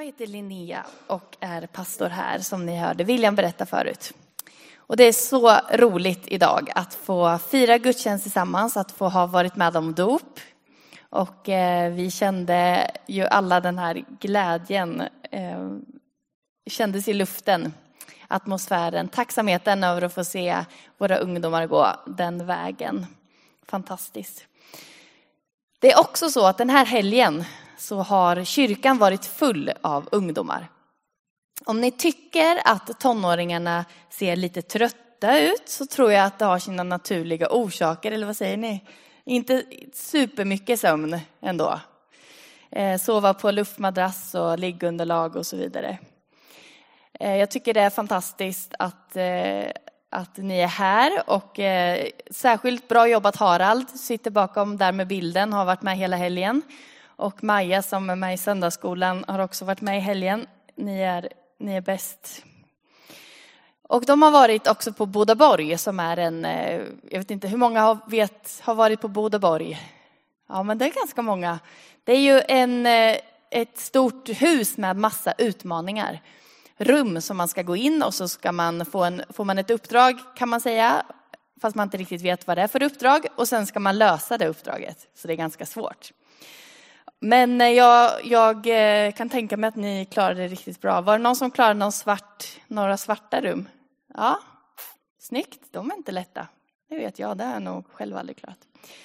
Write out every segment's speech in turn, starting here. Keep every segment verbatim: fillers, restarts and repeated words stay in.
heter Linnea och är pastor här, som ni hörde William berätta förut. Och det är så roligt idag att få fira gudstjänst tillsammans, att få ha varit med om dop. Och eh, vi kände ju alla den här glädjen, eh, kändes i luften, atmosfären, tacksamheten över att få se våra ungdomar gå den vägen. Fantastiskt. Det är också så att den här helgen så har kyrkan varit full av ungdomar. Om ni tycker att tonåringarna ser lite trötta ut så tror jag att det har sina naturliga orsaker. Eller vad säger ni? Inte supermycket sömn ändå. Eh, sova på luftmadrass och liggunderlag och så vidare. Eh, jag tycker det är fantastiskt att, eh, att ni är här. Och eh, särskilt bra jobbat Harald, sitter bakom där med bilden, har varit med hela helgen. Och Maja som är med i söndagsskolan har också varit med i helgen. Ni är, ni är bäst. Och de har varit också på Bodaborg som är en, jag vet inte hur många har, vet, har varit på Bodaborg. Ja, men det är ganska många. Det är ju en, ett stort hus med massa utmaningar. Rum som man ska gå in och så ska man få, en, får man ett uppdrag kan man säga. Fast man inte riktigt vet vad det är för uppdrag. Och sen ska man lösa det uppdraget. Så det är ganska svårt. Men jag, jag kan tänka mig att ni klarade det riktigt bra. Var det någon som klarade någon svart, några svarta rum? Ja, snyggt. De är inte lätta. Det vet jag, det har jag nog själv aldrig klarat.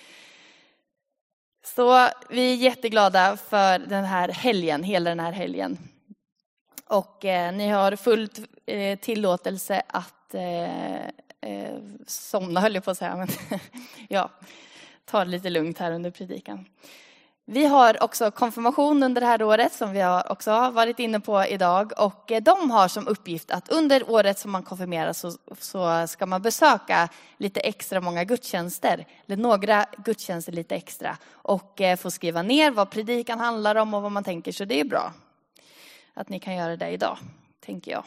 Så vi är jätteglada för den här helgen, hela den här helgen. Och eh, ni har fullt eh, tillåtelse att eh, eh, somna, höll jag på att säga. Men ja, ta det lite lugnt här under predikan. Vi har också konfirmation under det här året som vi har också varit inne på idag. Och de har som uppgift att under året som man konfirmerar så, så ska man besöka lite extra många gudstjänster. Eller några gudstjänster lite extra. Och få skriva ner vad predikan handlar om och vad man tänker. Så det är bra att ni kan göra det idag, tänker jag.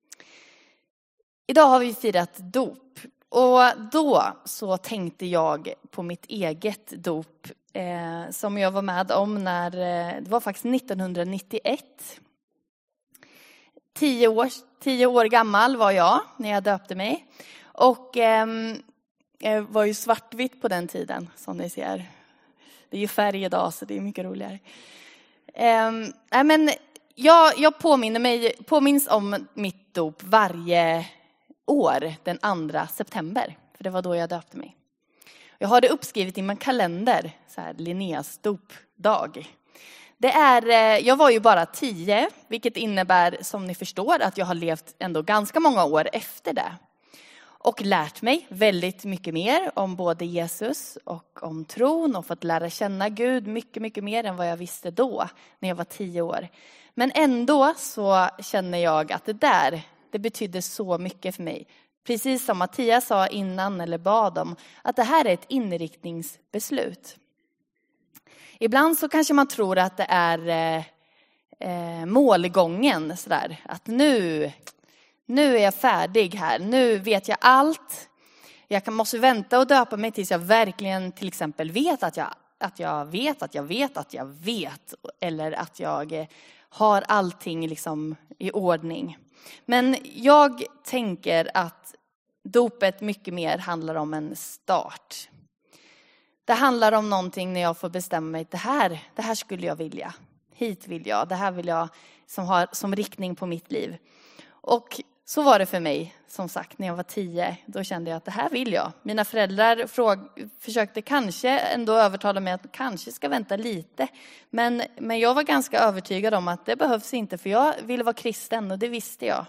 Idag har vi firat dop. Och då så tänkte jag på mitt eget dop. Eh, som jag var med om när, eh, det var faktiskt nittonhundranittioett. Tio år, tio år gammal var jag när jag döpte mig. Och eh, jag var ju svartvitt på den tiden, som ni ser. Det är ju färg idag så det är mycket roligare. Eh, nej, men jag, jag påminner mig, påminns om mitt dop varje år den andra september. För det var då jag döpte mig. Jag har det uppskrivet i min kalender, så här, Linneas dopdag. Det är, jag var ju bara tio, vilket innebär som ni förstår att jag har levt ändå ganska många år efter det. Och lärt mig väldigt mycket mer om både Jesus och om tron och fått lära känna Gud mycket, mycket mer än vad jag visste då när jag var tio år. Men ändå så känner jag att det där, det betydde så mycket för mig. Precis som Mattias sa innan eller bad om, att det här är ett inriktningsbeslut. Ibland så kanske man tror att det är eh, målgången. Sådär. Att nu, nu är jag färdig här, nu vet jag allt. Jag kan, måste vänta och döpa mig tills jag verkligen till exempel vet att jag, att jag vet att jag vet att jag vet. Eller att jag har allting liksom i ordning. Men jag tänker att dopet mycket mer handlar om en start. Det handlar om någonting när jag får bestämma mig. Det här, det här skulle jag vilja. Hit vill jag. Det här vill jag som har som riktning på mitt liv. Och så var det för mig. Som sagt, när jag var tio. Då kände jag att det här vill jag. Mina föräldrar fråg, försökte kanske ändå övertala mig att kanske ska vänta lite. Men, men jag var ganska övertygad om att det behövs inte. För jag ville vara kristen och det visste jag.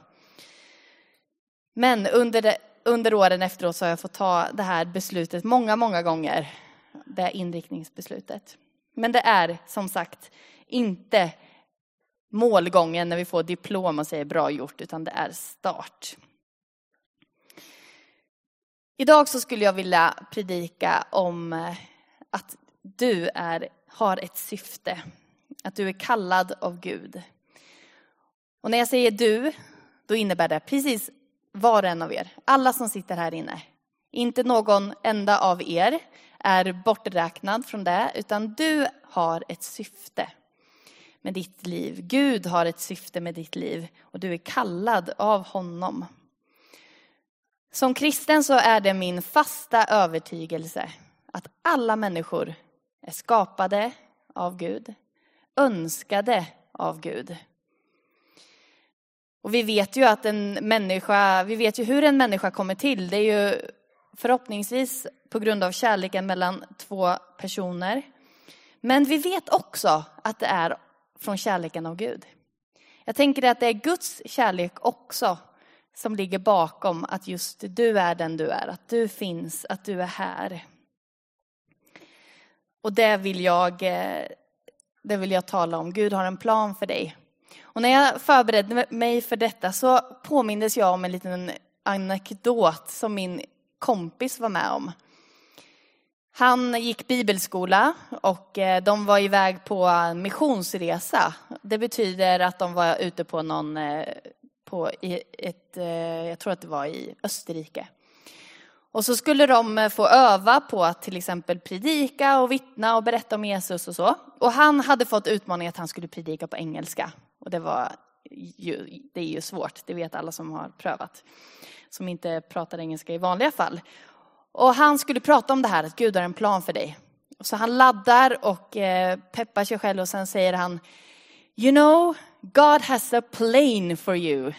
Men under, det, under åren efteråt så har jag fått ta det här beslutet många, många gånger. Det här inriktningsbeslutet. Men det är som sagt inte målgången när vi får diplom och säger bra gjort. Utan det är start. Idag så skulle jag vilja predika om att du är, har ett syfte. Att du är kallad av Gud. Och när jag säger du, då innebär det precis var och en av er. Alla som sitter här inne. Inte någon enda av er är borträknad från det. Utan du har ett syfte. med ditt liv. Gud har ett syfte med ditt liv och du är kallad av honom. Som kristen så är det min fasta övertygelse att alla människor är skapade av Gud, önskade av Gud. Och vi vet ju att en människa, vi vet ju hur en människa kommer till. Det är ju förhoppningsvis på grund av kärleken mellan två personer. Men vi vet också att det är från kärleken av Gud. Jag tänker att det är Guds kärlek också som ligger bakom att just du är den du är. Att du finns, att du är här. Och det vill jag, det vill jag tala om. Gud har en plan för dig. Och när jag förberedde mig för detta så påmindes jag om en liten anekdot som min kompis var med om. Han gick bibelskola och de var iväg på en missionsresa. Det betyder att de var ute på någon, på ett, jag tror att det var i Österrike. Och så skulle de få öva på att till exempel predika och vittna och berätta om Jesus och så. Och han hade fått utmaningen att han skulle predika på engelska. Och det var ju, det är ju svårt, det vet alla som har prövat. Som inte pratar engelska i vanliga fall. Och han skulle prata om det här, att Gud har en plan för dig. Och så han laddar och eh, peppar sig själv och sen säger han: You know, God has a plane for you.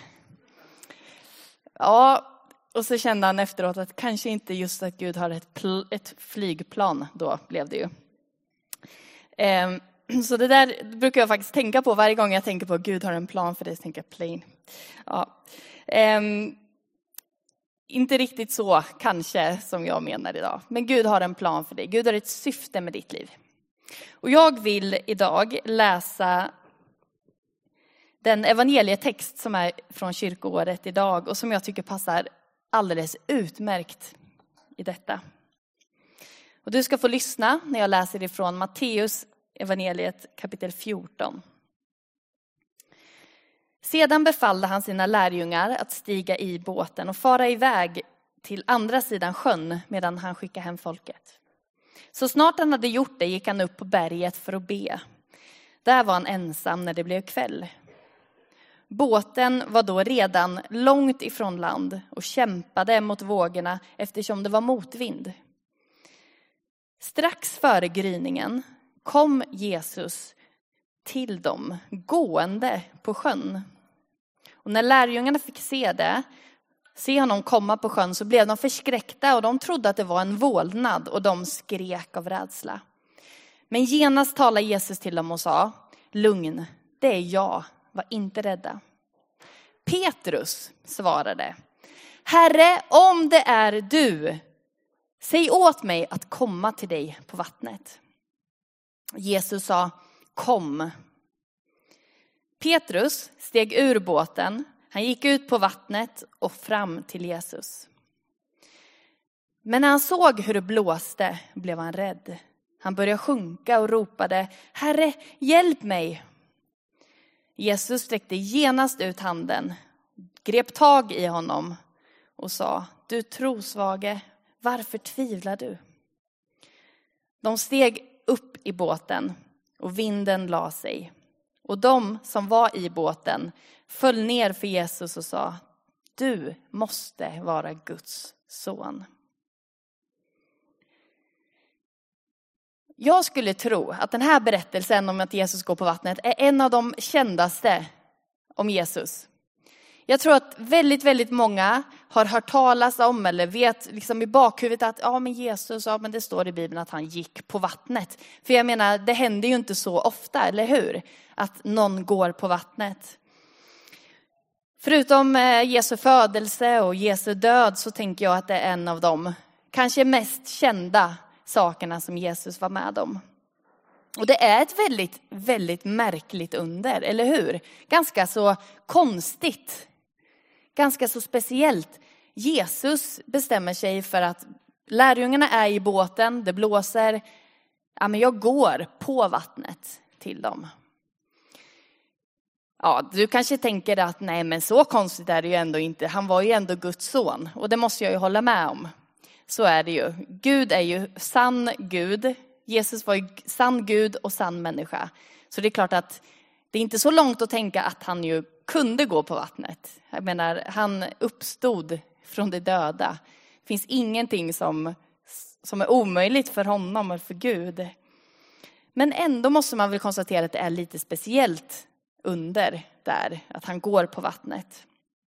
Ja, och så kände han efteråt att kanske inte just att Gud har ett, pl- ett flygplan, då blev det ju. Eh, så det där brukar jag faktiskt tänka på varje gång jag tänker på att Gud har en plan för dig, så tänker jag plane. Ja. Eh, Inte riktigt så kanske som jag menar idag. Men Gud har en plan för dig. Gud har ett syfte med ditt liv. Och jag vill idag läsa den evangelietext som är från kyrkoåret idag. Och som jag tycker passar alldeles utmärkt i detta. Och du ska få lyssna när jag läser ifrån Matteus evangeliet kapitel fjorton. Sedan befallde han sina lärjungar att stiga i båten och fara iväg till andra sidan sjön medan han skickade hem folket. Så snart han hade gjort det gick han upp på berget för att be. Där var han ensam när det blev kväll. Båten var då redan långt ifrån land och kämpade mot vågorna eftersom det var motvind. Strax före gryningen kom Jesus till dem, gående på sjön. Och när lärjungarna fick se det, se honom komma på sjön, så blev de förskräckta och de trodde att det var en vålnad och de skrek av rädsla. Men genast talade Jesus till dem och sa: Lugn, det är jag, var inte rädda. Petrus svarade: Herre, om det är du, säg åt mig att komma till dig på vattnet. Jesus sa: Kom. Petrus steg ur båten. Han gick ut på vattnet och fram till Jesus. Men när han såg hur det blåste blev han rädd. Han började sjunka och ropade: Herre, hjälp mig. Jesus sträckte genast ut handen, grep tag i honom och sa: Du trosvage, varför tvivlar du? De steg upp i båten och vinden la sig. Och de som var i båten föll ner för Jesus och sa: Du måste vara Guds son. Jag skulle tro att den här berättelsen om att Jesus går på vattnet är en av de kändaste om Jesus. Jag tror att väldigt, väldigt många har hört talas om eller vet liksom i bakhuvudet att ja, men Jesus, ja, men det står i Bibeln att han gick på vattnet. För jag menar, det händer ju inte så ofta, eller hur? Att någon går på vattnet. Förutom Jesu födelse och Jesu död så tänker jag att det är en av de kanske mest kända sakerna som Jesus var med om. Och det är ett väldigt, väldigt märkligt under, eller hur? Ganska så konstigt. Ganska så speciellt. Jesus bestämmer sig för att lärjungarna är i båten, det blåser. Ja, men jag går på vattnet till dem. Ja, du kanske tänker att nej, men så konstigt är det ju ändå inte. Han var ju ändå Guds son och det måste jag ju hålla med om. Så är det ju. Gud är ju sann Gud. Jesus var ju sann Gud och sann människa. Så det är klart att Det är inte så långt att tänka att han ju kunde gå på vattnet. Jag menar, han uppstod från de döda. Det finns ingenting som, som är omöjligt för honom och för Gud. Men ändå måste man väl konstatera att det är lite speciellt under där, att han går på vattnet.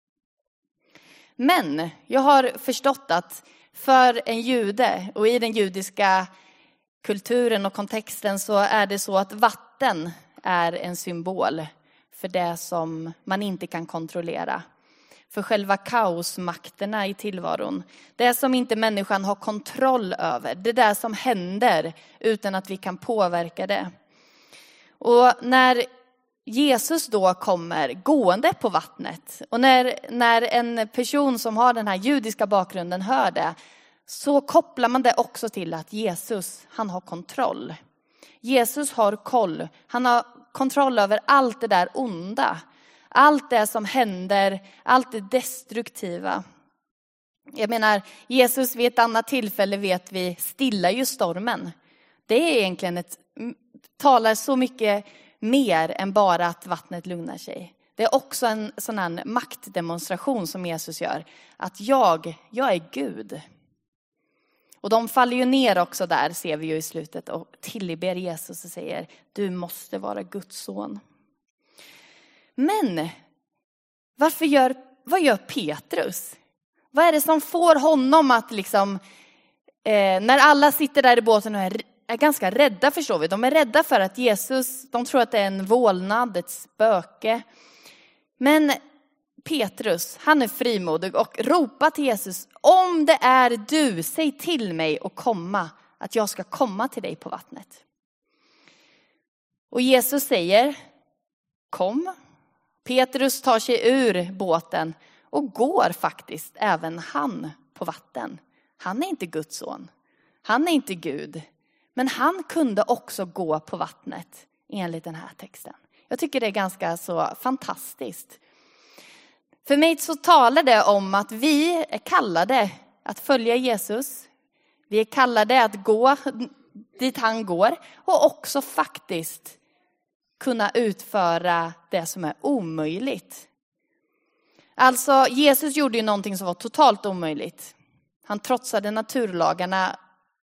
Men jag har förstått att för en jude och i den judiska kulturen och kontexten så är det så att vatten är en symbol för det som man inte kan kontrollera. För själva kaosmakterna i tillvaron. Det som inte människan har kontroll över. Det där som händer utan att vi kan påverka det. Och när Jesus då kommer gående på vattnet. Och när, när en person som har den här judiska bakgrunden hör det. Så kopplar man det också till att Jesus, han har kontroll. Jesus har koll. Han har kontroll över allt det där onda. Allt det som händer, allt det destruktiva. Jag menar, Jesus vid ett annat tillfälle vet vi stillar ju stormen. Det är egentligen ett, talar så mycket mer än bara att vattnet lugnar sig. Det är också en sån här maktdemonstration som Jesus gör. Att jag, jag är Gud. Och de faller ju ner också där, ser vi ju i slutet, och tillber Jesus och säger, du måste vara Guds son. Men varför gör, vad gör Petrus? Vad är det som får honom att liksom, eh, när alla sitter där i båten och är, är ganska rädda, förstår vi. De är rädda för att Jesus, de tror att det är en vålnad, ett spöke. Men Petrus, han är frimodig och ropar till Jesus, om det är du, säg till mig och komma, att jag ska komma till dig på vattnet. Och Jesus säger, kom. Petrus tar sig ur båten och går faktiskt även han på vatten. Han är inte Guds son. Han är inte Gud. Men han kunde också gå på vattnet enligt den här texten. Jag tycker det är ganska så fantastiskt. För mig så talar det om att vi är kallade att följa Jesus. Vi är kallade att gå dit han går. Och också faktiskt kunna utföra det som är omöjligt. Alltså Jesus gjorde ju någonting som var totalt omöjligt. Han trotsade naturlagarna.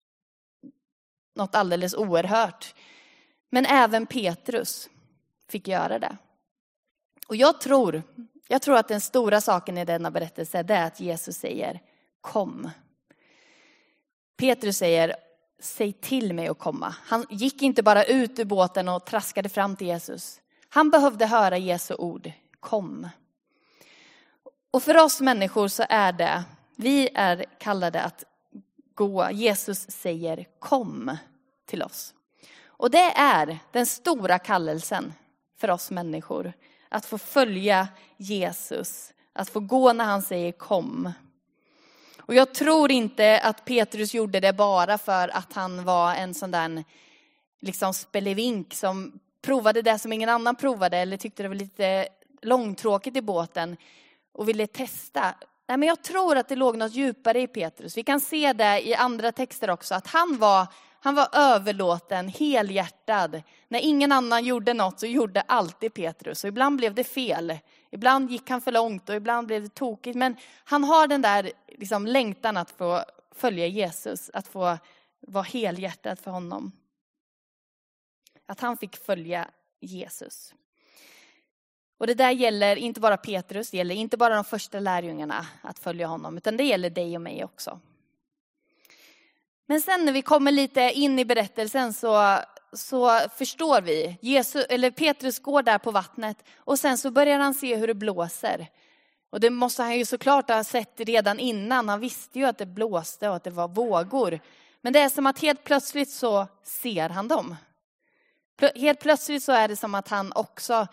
Något alldeles oerhört. Men även Petrus fick göra det. Och jag tror, jag tror att den stora saken i denna berättelse är att Jesus säger, kom. Petrus säger, säg till mig att komma. Han gick inte bara ut ur båten och traskade fram till Jesus. Han behövde höra Jesu ord, kom. Och för oss människor så är det, vi är kallade att gå. Jesus säger, kom till oss. Och det är den stora kallelsen för oss människor. Att få följa Jesus. Att få gå när han säger kom. Och jag tror inte att Petrus gjorde det bara för att han var en sån där liksom spelevink som provade det som ingen annan provade. Eller tyckte det var lite långtråkigt i båten och ville testa. Nej, men jag tror att det låg något djupare i Petrus. Vi kan se det i andra texter också. Att han var, han var överlåten, helhjärtad. När ingen annan gjorde något så gjorde alltid Petrus. Och ibland blev det fel. Ibland gick han för långt och ibland blev det tokigt. Men han har den där liksom längtan att få följa Jesus. Att få vara helhjärtad för honom. Att han fick följa Jesus. Och det där gäller inte bara Petrus, det gäller inte bara de första lärjungarna att följa honom, utan det gäller dig och mig också. Men sen när vi kommer lite in i berättelsen så, så förstår vi, Jesus, eller Petrus går där på vattnet och sen så börjar han se hur det blåser. Och det måste han ju såklart ha sett redan innan, han visste ju att det blåste och att det var vågor. Men det är som att helt plötsligt så ser han dem. Helt plötsligt så är det som att han också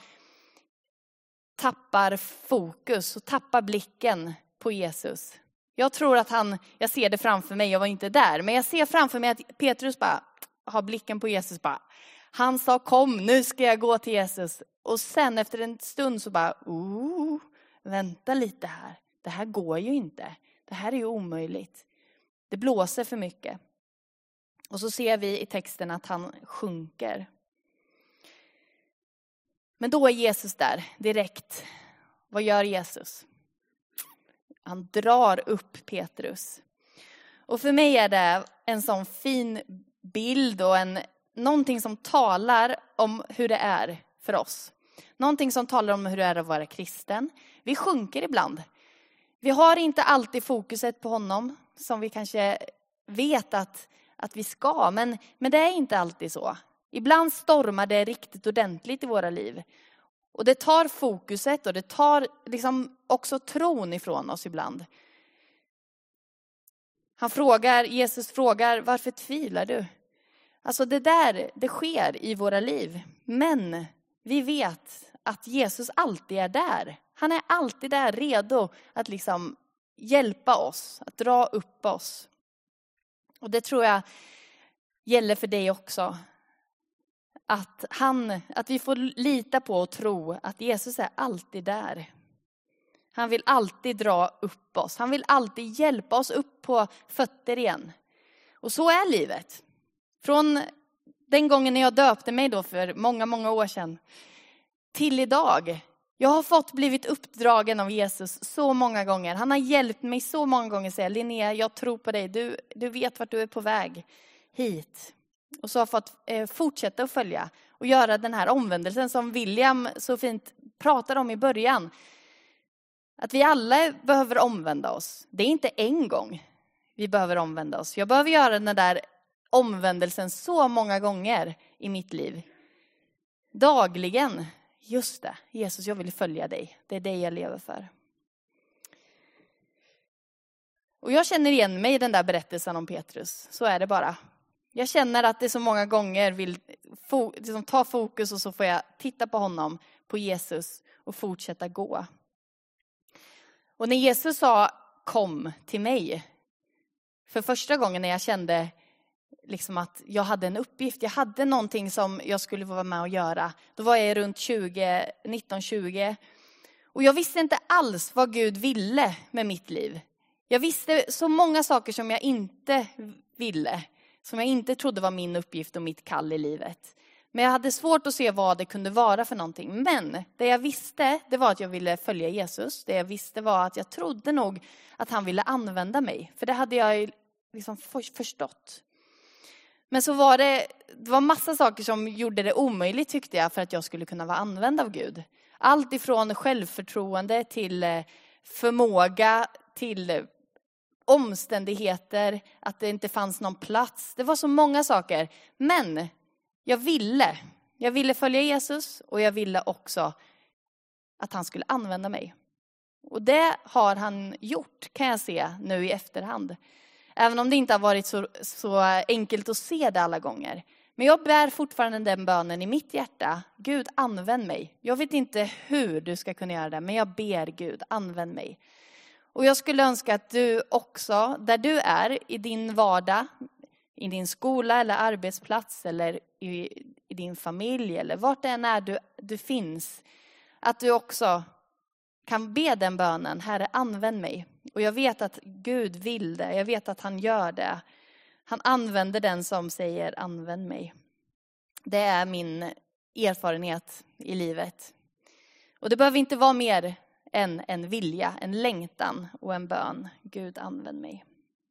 tappar fokus och tappar blicken på Jesus. Jag tror att han, jag ser det framför mig, jag var inte där. Men jag ser framför mig att Petrus bara har blicken på Jesus. Bara, han sa kom, nu ska jag gå till Jesus. Och sen efter en stund så bara, oh, vänta lite här. Det här går ju inte. Det här är ju omöjligt. Det blåser för mycket. Och så ser vi i texten att han sjunker. Men då är Jesus där direkt. Vad gör Jesus? Han drar upp Petrus. Och för mig är det en sån fin bild och en, någonting som talar om hur det är för oss. Någonting som talar om hur det är att vara kristen. Vi sjunker ibland. Vi har inte alltid fokuset på honom som vi kanske vet att, att vi ska. Men, men det är inte alltid så. Ibland stormar det riktigt ordentligt i våra liv. Och det tar fokuset och det tar liksom också tron ifrån oss ibland. Han frågar, Jesus frågar, varför tvivlar du? Alltså det där, det sker i våra liv. Men vi vet att Jesus alltid är där. Han är alltid där redo att liksom hjälpa oss, att dra upp oss. Och det tror jag gäller för dig också. Att, han, att vi får lita på och tro att Jesus är alltid där. Han vill alltid dra upp oss. Han vill alltid hjälpa oss upp på fötter igen. Och så är livet. Från den gången när jag döpte mig då för många, många år sedan till idag. Jag har fått blivit uppdragen av Jesus så många gånger. Han har hjälpt mig så många gånger att säga, Linnea, jag tror på dig. Du, du vet vart du är på väg hit. Och så har jag fått eh, fortsätta att följa och göra den här omvändelsen som William så fint pratade om i början. Att vi alla behöver omvända oss. Det är inte en gång vi behöver omvända oss. Jag behöver göra den där omvändelsen så många gånger i mitt liv. Dagligen. Just det, Jesus, jag vill följa dig. Det är det jag lever för. Och jag känner igen mig i den där berättelsen om Petrus. Så är det bara. Jag känner att det så många gånger vill fo- liksom ta fokus och så får jag titta på honom, på Jesus och fortsätta gå. Och när Jesus sa kom till mig, för första gången när jag kände liksom att jag hade en uppgift, jag hade någonting som jag skulle få vara med och göra. Då var jag runt tjugo, nitton tjugo och jag visste inte alls vad Gud ville med mitt liv. Jag visste så många saker som jag inte ville. Som jag inte trodde var min uppgift och mitt kall i livet. Men jag hade svårt att se vad det kunde vara för någonting. Men det jag visste, det var att jag ville följa Jesus. Det jag visste var att jag trodde nog att han ville använda mig. För det hade jag liksom förstått. Men så var det, det var massa saker som gjorde det omöjligt tyckte jag för att jag skulle kunna vara använd av Gud. Allt ifrån självförtroende till förmåga till omständigheter, att det inte fanns någon plats. Det var så många saker. Men jag ville. Jag ville följa Jesus och jag ville också att han skulle använda mig. Och det har han gjort kan jag se nu i efterhand. Även om det inte har varit så, så enkelt att se det alla gånger. Men jag bär fortfarande den bönen i mitt hjärta. Gud, använd mig. Jag vet inte hur du ska kunna göra det, men jag ber Gud, använd mig. Och jag skulle önska att du också, där du är i din vardag, i din skola eller arbetsplats eller i, i din familj eller vart det än är du, du finns, att du också kan be den bönen, Herre, använd mig. Och jag vet att Gud vill det, jag vet att han gör det. Han använder den som säger, använd mig. Det är min erfarenhet i livet. Och det behöver inte vara mer än en vilja, en längtan och en bön. Gud, använd mig.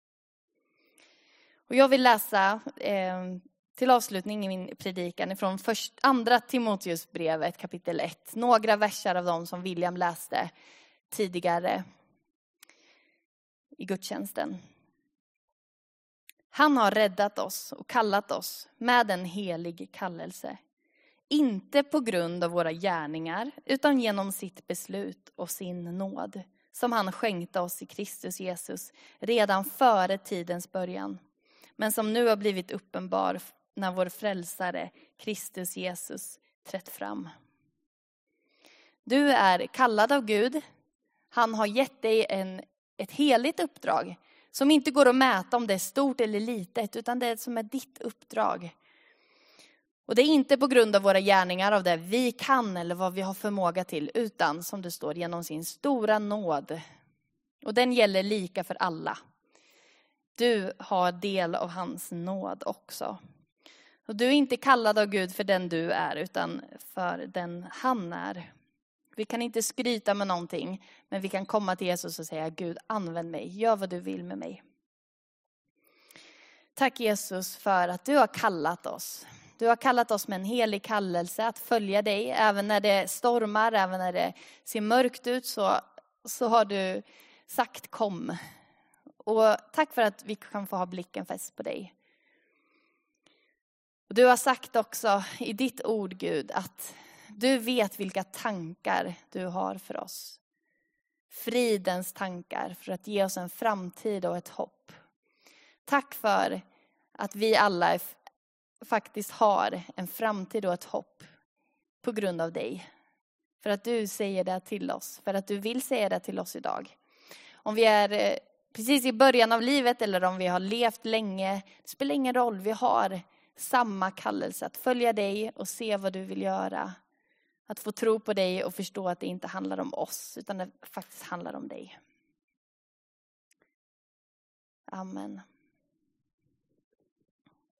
Och jag vill läsa eh, till avslutning i min predikan ifrån först, andra Timoteusbrevet kapitel ett. Några verser av dem som William läste tidigare i gudstjänsten. Han har räddat oss och kallat oss med en helig kallelse. Inte på grund av våra gärningar utan genom sitt beslut och sin nåd. Som han skänkte oss i Kristus Jesus redan före tidens början. Men som nu har blivit uppenbar när vår frälsare Kristus Jesus trätt fram. Du är kallad av Gud. Han har gett dig en, ett heligt uppdrag. Som inte går att mäta om det är stort eller litet. Utan det är som är ditt uppdrag. Och det är inte på grund av våra gärningar av det vi kan eller vad vi har förmåga till. Utan som det står genom sin stora nåd. Och den gäller lika för alla. Du har del av hans nåd också. Och du är inte kallad av Gud för den du är, utan för den han är. Vi kan inte skryta med någonting, men vi kan komma till Jesus och säga: Gud, använd mig, gör vad du vill med mig. Tack Jesus för att du har kallat oss. Du har kallat oss med en helig kallelse att följa dig. Även när det stormar, även när det ser mörkt ut, så, så har du sagt kom. Och tack för att vi kan få ha blicken fäst på dig. Och du har sagt också i ditt ord, Gud, att du vet vilka tankar du har för oss. Fridens tankar för att ge oss en framtid och ett hopp. Tack för att vi alla faktiskt har en framtid och ett hopp på grund av dig. För att du säger det till oss. För att du vill säga det till oss idag. Om vi är precis i början av livet eller om vi har levt länge. Det spelar ingen roll. Vi har samma kallelse att följa dig och se vad du vill göra. Att få tro på dig och förstå att det inte handlar om oss utan det faktiskt handlar om dig. Amen.